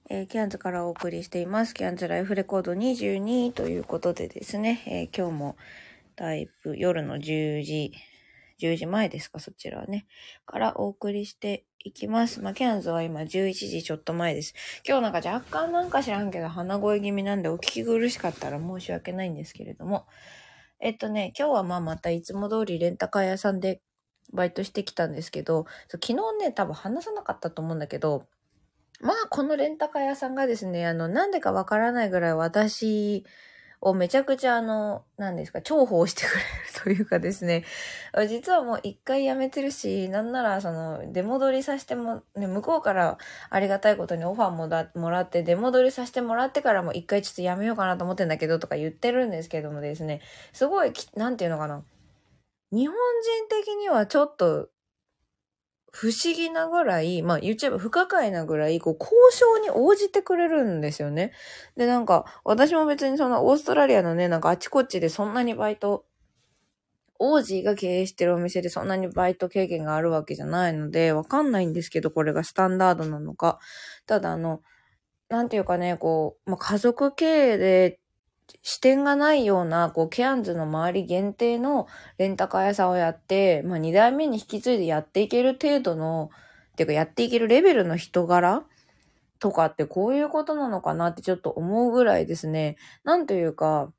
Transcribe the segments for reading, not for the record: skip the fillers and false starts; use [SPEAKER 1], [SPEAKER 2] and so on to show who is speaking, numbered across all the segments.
[SPEAKER 1] キャンズからお送りしています。キャンズライフレコード22ということでですね、今日もだいぶ夜の10時前ですか、そちらはね、からお送りしていきます。キャンズは今11時ちょっと前です。今日なんか若干なんか知らんけど鼻声気味なんでお聞き苦しかったら申し訳ないんですけれども、今日はまたいつも通りレンタカー屋さんでバイトしてきたんですけど、昨日ね、多分話さなかったと思うんだけど、このレンタカー屋さんがですね、なんでかわからないぐらい私をめちゃくちゃ何ですか、重宝してくれるというかですね、実はもう一回辞めてるし、なんなら出戻りさせても、ね、向こうからありがたいことにオファーもらって、出戻りさせてもらってからも一回ちょっと辞めようかなと思ってんだけどとか言ってるんですけどもですね、すごい、なんていうのかな、日本人的にはちょっと、不思議なぐらい、言っちゃえば不可解なぐらい、交渉に応じてくれるんですよね。で、私も別にオーストラリアのね、あちこちでそんなにバイト、オージーが経営してるお店でそんなにバイト経験があるわけじゃないので、わかんないんですけど、これがスタンダードなのか。ただなんていうかね、家族経営で視点がないような、ケアンズの周り限定のレンタカー屋さんをやって、二代目に引き継いでやっていける程度の、っていうかやっていけるレベルの人柄とかってこういうことなのかなってちょっと思うぐらいですね。なんというか、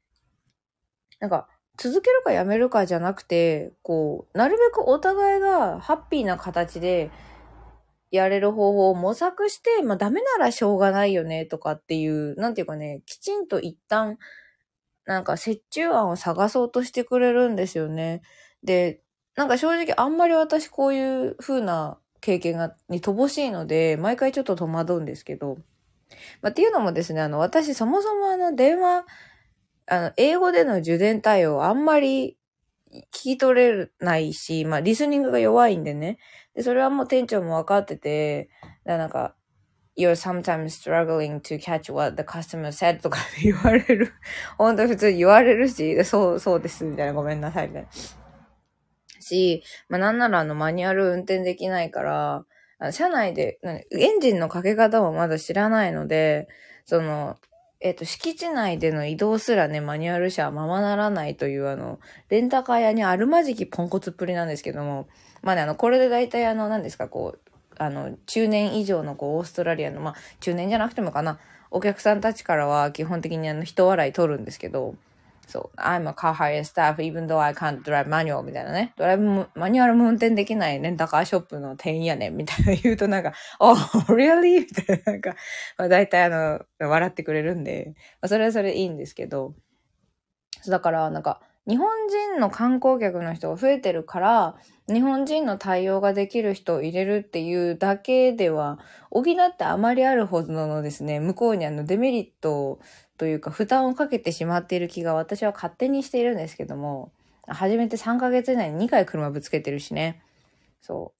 [SPEAKER 1] 続けるかやめるかじゃなくて、なるべくお互いがハッピーな形でやれる方法を模索して、ダメならしょうがないよねとかっていう、なんていうかね、きちんと一旦、折衷案を探そうとしてくれるんですよね。で、正直あんまり私こういう風な経験に乏しいので、毎回ちょっと戸惑うんですけど。っていうのもですね、私そもそも電話、英語での受電対応あんまり聞き取れないし、リスニングが弱いんでね。で、それはもう店長も分かってて、You're sometimes struggling to catch what the customer said とか言われる。本当普通に言われるし、そうです、みたいな、ごめんなさい、みたいな。し、なんならマニュアル運転できないから、車内で、エンジンのかけ方もまだ知らないので、敷地内での移動すらね、マニュアル車はままならないというレンタカー屋にあるまじきポンコツっぷりなんですけども、これで大体何ですか、中年以上のオーストラリアの、中年じゃなくてもかな、お客さんたちからは基本的に人笑い取るんですけど、そう、I'm a car hire staff even though I can't drive manual みたいなね。マニュアルも運転できないレンタカーショップの店員やねんみたいな言うとOh, really? みたいな大体笑ってくれるんで、それはそれいいんですけど、だから日本人の観光客の人が増えてるから、日本人の対応ができる人を入れるっていうだけでは、補ってあまりあるほどのですね、向こうにデメリットというか負担をかけてしまっている気が私は勝手にしているんですけども、初めて3ヶ月以内に2回車ぶつけてるしね。そう。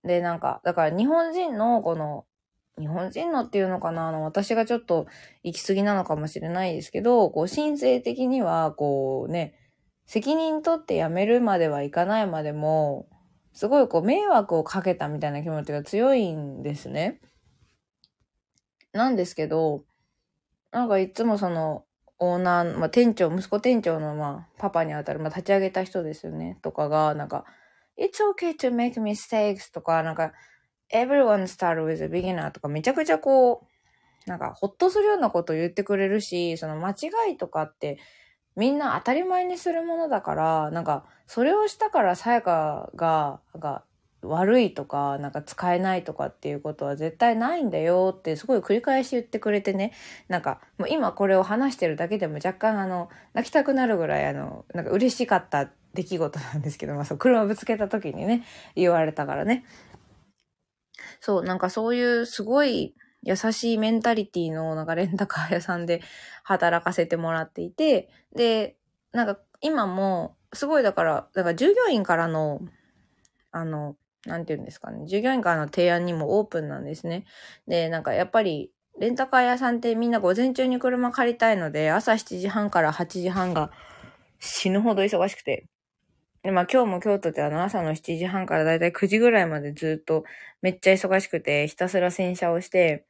[SPEAKER 1] で、だから日本人のっていうのかな、私がちょっと行き過ぎなのかもしれないですけど、申請的には、責任取って辞めるまではいかないまでも、すごい迷惑をかけたみたいな気持ちが強いんですね。なんですけど、いつもオーナー、息子店長のパパにあたる、立ち上げた人ですよね、とかが、It's okay to make mistakes とか、Everyone start with a beginner とかめちゃくちゃほっとするようなことを言ってくれるし、間違いとかってみんな当たり前にするものだから、それをしたからさやかが、悪いとか、使えないとかっていうことは絶対ないんだよってすごい繰り返し言ってくれてね、もう今これを話してるだけでも若干泣きたくなるぐらい嬉しかった出来事なんですけど、車ぶつけた時にね、言われたからね。そう、そういうすごい優しいメンタリティのレンタカー屋さんで働かせてもらっていて、で、今もすごいだから従業員からのなんていうんですかね、従業員からの提案にもオープンなんですね。で、やっぱりレンタカー屋さんってみんな午前中に車借りたいので、朝7時半から8時半が死ぬほど忙しくて、で、今日も京都で朝の7時半からだいたい9時ぐらいまでずっとめっちゃ忙しくて、ひたすら洗車をして、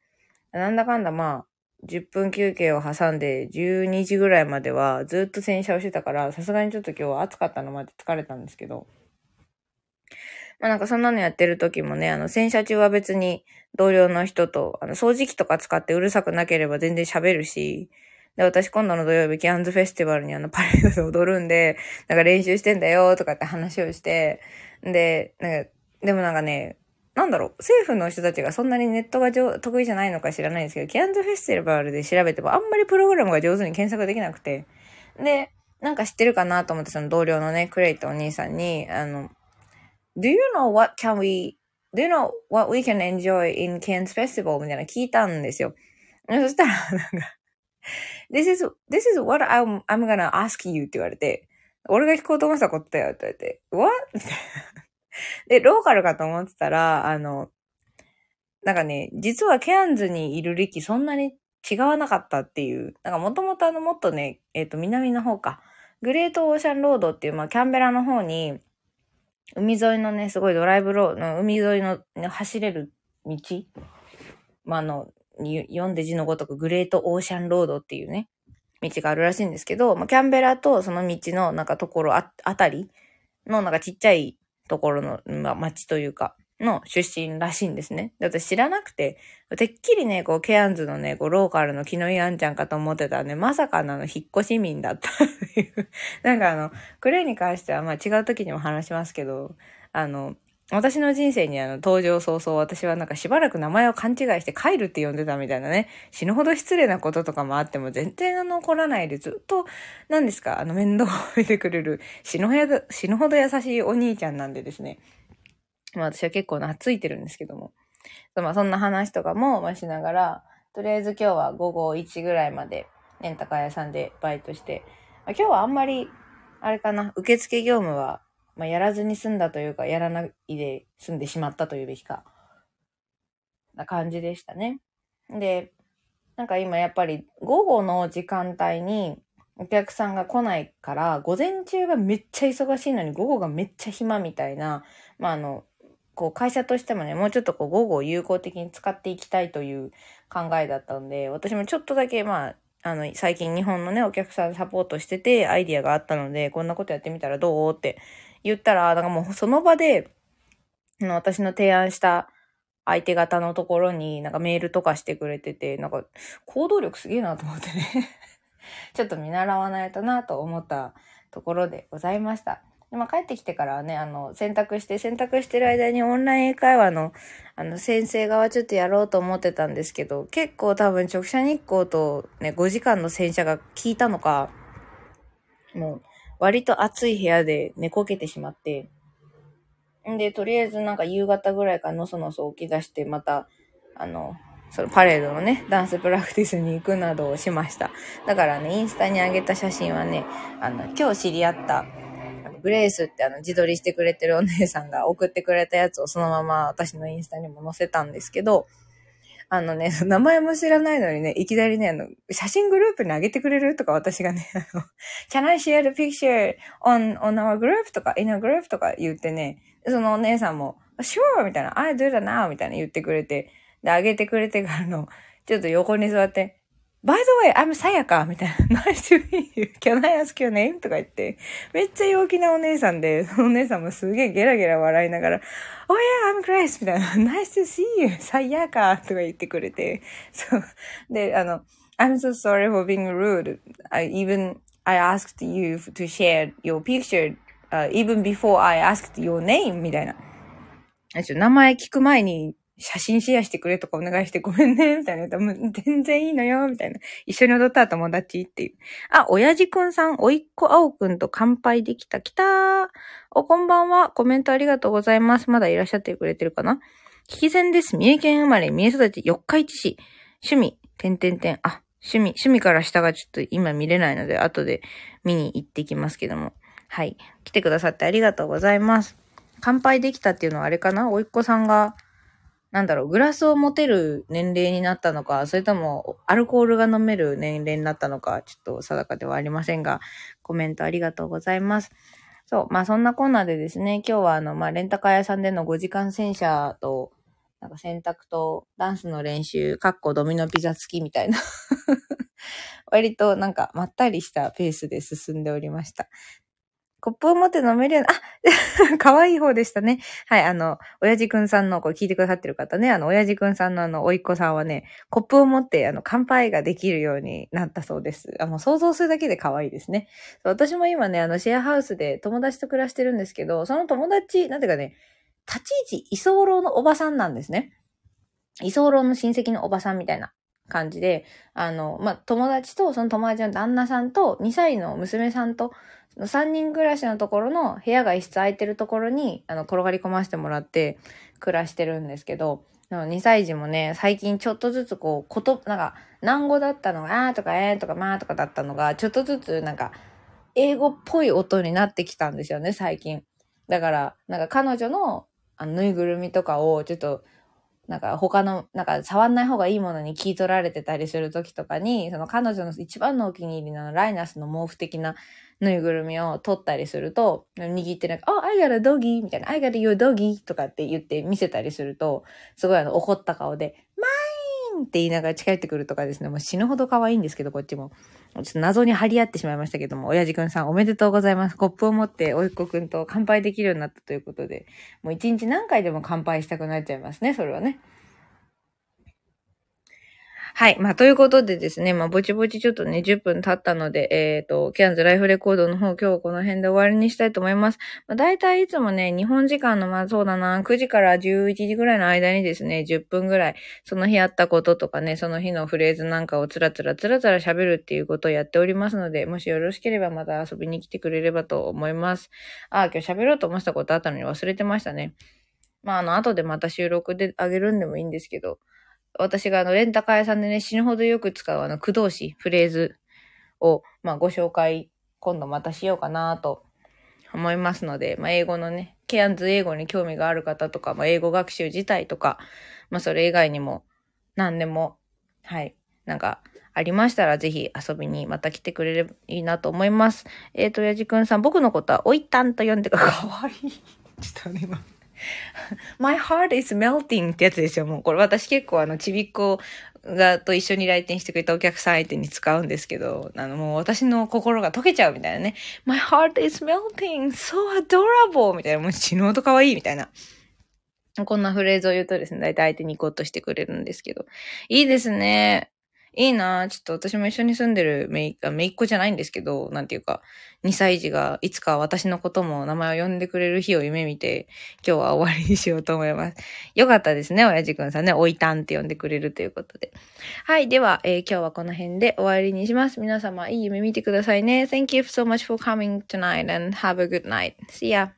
[SPEAKER 1] なんだかんだまあ、10分休憩を挟んで12時ぐらいまではずっと洗車をしてたから、さすがにちょっと今日は暑かったのまで疲れたんですけど。まあなんかそんなのやってる時もね、洗車中は別に同僚の人と、掃除機とか使ってうるさくなければ全然喋るし、で、私今度の土曜日キャンズフェスティバルにパレードで踊るんで、なんか練習してんだよとかって話をして、で、でもなんかね、なんだろう、政府の人たちがそんなにネットが得意じゃないのか知らないんですけど、キャンズフェスティバルで調べてもあんまりプログラムが上手に検索できなくて、で、なんか知ってるかなと思ってその同僚のね、クレイとお兄さんに、Do you know what we can enjoy in Cairns Festival? みたいな聞いたんですよ。そしたら、なんか、this is what I'm gonna ask you って言われて、俺が聞こうと思ってたことだよって言われて、what? みたいな。で、ローカルかと思ってたら、なんかね、実はケアンズにいる歴そんなに違わなかったっていう、なんかもともともっとね、南の方か、グレートオーシャンロードっていう、まあ、キャンベラの方に、海沿いのね、すごいドライブロード、海沿いの、ね、走れる道、まあ、読んで字のごとくグレートオーシャンロードっていうね、道があるらしいんですけど、まあ、キャンベラとその道のなんかところあたりのなんかちっちゃいところの、まあ、町というか、の出身らしいんですね。で私知らなくて、てっきりね、こう、ケアンズのね、こう、ローカルの気のいいあんちゃんかと思ってたらね、まさかの引っ越し民だったっていう。なんかクレイに関しては、まあ違う時にも話しますけど、私の人生に登場早々、私はなんかしばらく名前を勘違いしてカイルって呼んでたみたいなね、死ぬほど失礼なこととかもあっても全然起こらないでずっと、何ですか、面倒を見てくれる死ぬほど優しいお兄ちゃんなんでですね。まあ私は結構懐いてるんですけども。まあそんな話とかも、まあしながら、とりあえず今日は午後1ぐらいまでレンタカー屋さんでバイトして、まあ、今日はあんまり、あれかな、受付業務は、まあやらずに済んだというか、やらないで済んでしまったというべきか、な感じでしたね。で、なんか今やっぱり午後の時間帯にお客さんが来ないから、午前中がめっちゃ忙しいのに午後がめっちゃ暇みたいな、まあこう会社としてもね、もうちょっとこう午後を有効的に使っていきたいという考えだったんで、私もちょっとだけまあ、最近日本のね、お客さんサポートしててアイディアがあったので、こんなことやってみたらどうって言ったら、なんかもうその場で、私の提案した相手方のところになんかメールとかしてくれてて、なんか行動力すげえなと思ってね。ちょっと見習わないとなと思ったところでございました。でまあ、帰ってきてからはね、洗濯してる間にオンライン英会話の、先生側ちょっとやろうと思ってたんですけど、結構多分直射日光とね、5時間の洗車が効いたのか、もう、割と暑い部屋で寝こけてしまって、んで、とりあえずなんか夕方ぐらいからのそのそ起き出して、また、そのパレードのね、ダンスプラクティスに行くなどをしました。だからね、インスタに上げた写真はね、今日知り合った、グレースって自撮りしてくれてるお姉さんが送ってくれたやつをそのまま私のインスタにも載せたんですけど、名前も知らないのにね、いきなりね、写真グループに上げてくれるとか私がね、Can I share the picture on our group? とか、in a group? とか言ってね、そのお姉さんも、Sure! みたいな、I do that now! みたいな言ってくれて、で、上げてくれてからちょっと横に座って、By the way, I'm Sayaka! みたいな、Nice to meet you! Can I ask your name? とか言って、めっちゃ陽気なお姉さんで、そのお姉さんもすげえゲラゲラ笑いながら、Oh yeah, I'm Grace! みたいな、Nice to see you! Sayaka! とか言ってくれて、そう。で、I'm so sorry for being rude. I asked you to share your picture, even before I asked your name みたいな。名前聞く前に写真シェアしてくれとかお願いしてごめんね、みたいな。全然いいのよ、みたいな。一緒に踊った友達っていう。あ、親父くんさん、おいっ子あおくんと乾杯できた。来たー。こんばんは。コメントありがとうございます。まだいらっしゃってくれてるかな？引き前です。三重県生まれ、三重育ち、四日市市。趣味、あ、趣味から下がちょっと今見れないので、後で見に行ってきますけども。はい。来てくださってありがとうございます。乾杯できたっていうのはあれかな？おいっ子さんが、グラスを持てる年齢になったのか、それともアルコールが飲める年齢になったのか、ちょっと定かではありませんが、コメントありがとうございます。そう、まあそんなこんなでですね、今日はレンタカー屋さんでの5時間洗車と、 なんか洗濯とダンスの練習、かっこドミノピザ付きみたいな。割となんかまったりしたペースで進んでおりました。コップを持って飲めるような、可愛い方でしたね。はい、親父くんさんの、これ聞いてくださってる方ね、親父くんさんの甥っ子さんはね、コップを持って、乾杯ができるようになったそうです。想像するだけで可愛いですね。私も今ね、シェアハウスで友達と暮らしてるんですけど、その友達、なんていうかね、立ち位置、居候のおばさんなんですね。居候の親戚のおばさんみたいな感じで、友達と、その友達の旦那さんと、2歳の娘さんと、3人暮らしのところの部屋が一室空いてるところに、転がり込ませてもらって暮らしてるんですけど、2歳児もね、最近ちょっとずつなんか、難語だったのが、あーとかえーとかまーとかだったのが、ちょっとずつなんか、英語っぽい音になってきたんですよね、最近。だから、なんか彼女の、ぬいぐるみとかをちょっと、なんか他の、なんか触んない方がいいものに聞い取られてたりする時とかに、その彼女の一番のお気に入りのライナスの毛布的なぬいぐるみを取ったりすると、握ってなんか、Oh, I got a doggy! みたいな、I got your doggy! とかって言って見せたりすると、すごい怒った顔で、Mine! って言いながら近寄ってくるとかですね、もう死ぬほど可愛いんですけど、こっちも。ちょっと謎に張り合ってしまいましたけども、親父くんさんおめでとうございます。コップを持っておいっ子くんと乾杯できるようになったということで、もう一日何回でも乾杯したくなっちゃいますね、それはね。はい。ということでですね、ぼちぼちちょっとね、10分経ったので、キャンズライフレコードの方、今日はこの辺で終わりにしたいと思います。だいたいいつもね、日本時間のそうだな、9時から11時ぐらいの間にですね、10分ぐらい、その日あったこととかね、その日のフレーズなんかをつらつら喋るっていうことをやっておりますので、もしよろしければまた遊びに来てくれればと思います。今日喋ろうと思ってたことあったのに忘れてましたね。後でまた収録であげるんでもいいんですけど、私がレンタカー屋さんでね、死ぬほどよく使う駆動詞、フレーズを、ご紹介、今度またしようかなと思いますので、英語のね、ケアンズ英語に興味がある方とか、英語学習自体とか、それ以外にも、何でも、はい、なんか、ありましたら、ぜひ遊びにまた来てくれればいいなと思います。やじくんさん、僕のことは、おいたんと呼んでかわいい。ちょっとね、My heart is melting ってやつですよ。もうこれ私結構ちびっこと一緒に来店してくれたお客さん相手に使うんですけど、もう私の心が溶けちゃうみたいなね。My heart is melting, so adorable みたいな、もう死ぬほど可愛いみたいな。こんなフレーズを言うとですね、だいたい相手にニコッとしてくれるんですけど。いいですね。いいなぁ。ちょっと私も一緒に住んでるめいっ子じゃないんですけど、なんていうか、2歳児がいつか私のことも名前を呼んでくれる日を夢見て、今日は終わりにしようと思います。よかったですね、親父くんさんね。おいたんって呼んでくれるということで。はい。では、今日はこの辺で終わりにします。皆様、いい夢見てくださいね。Thank you so much for coming tonight and have a good night. See ya!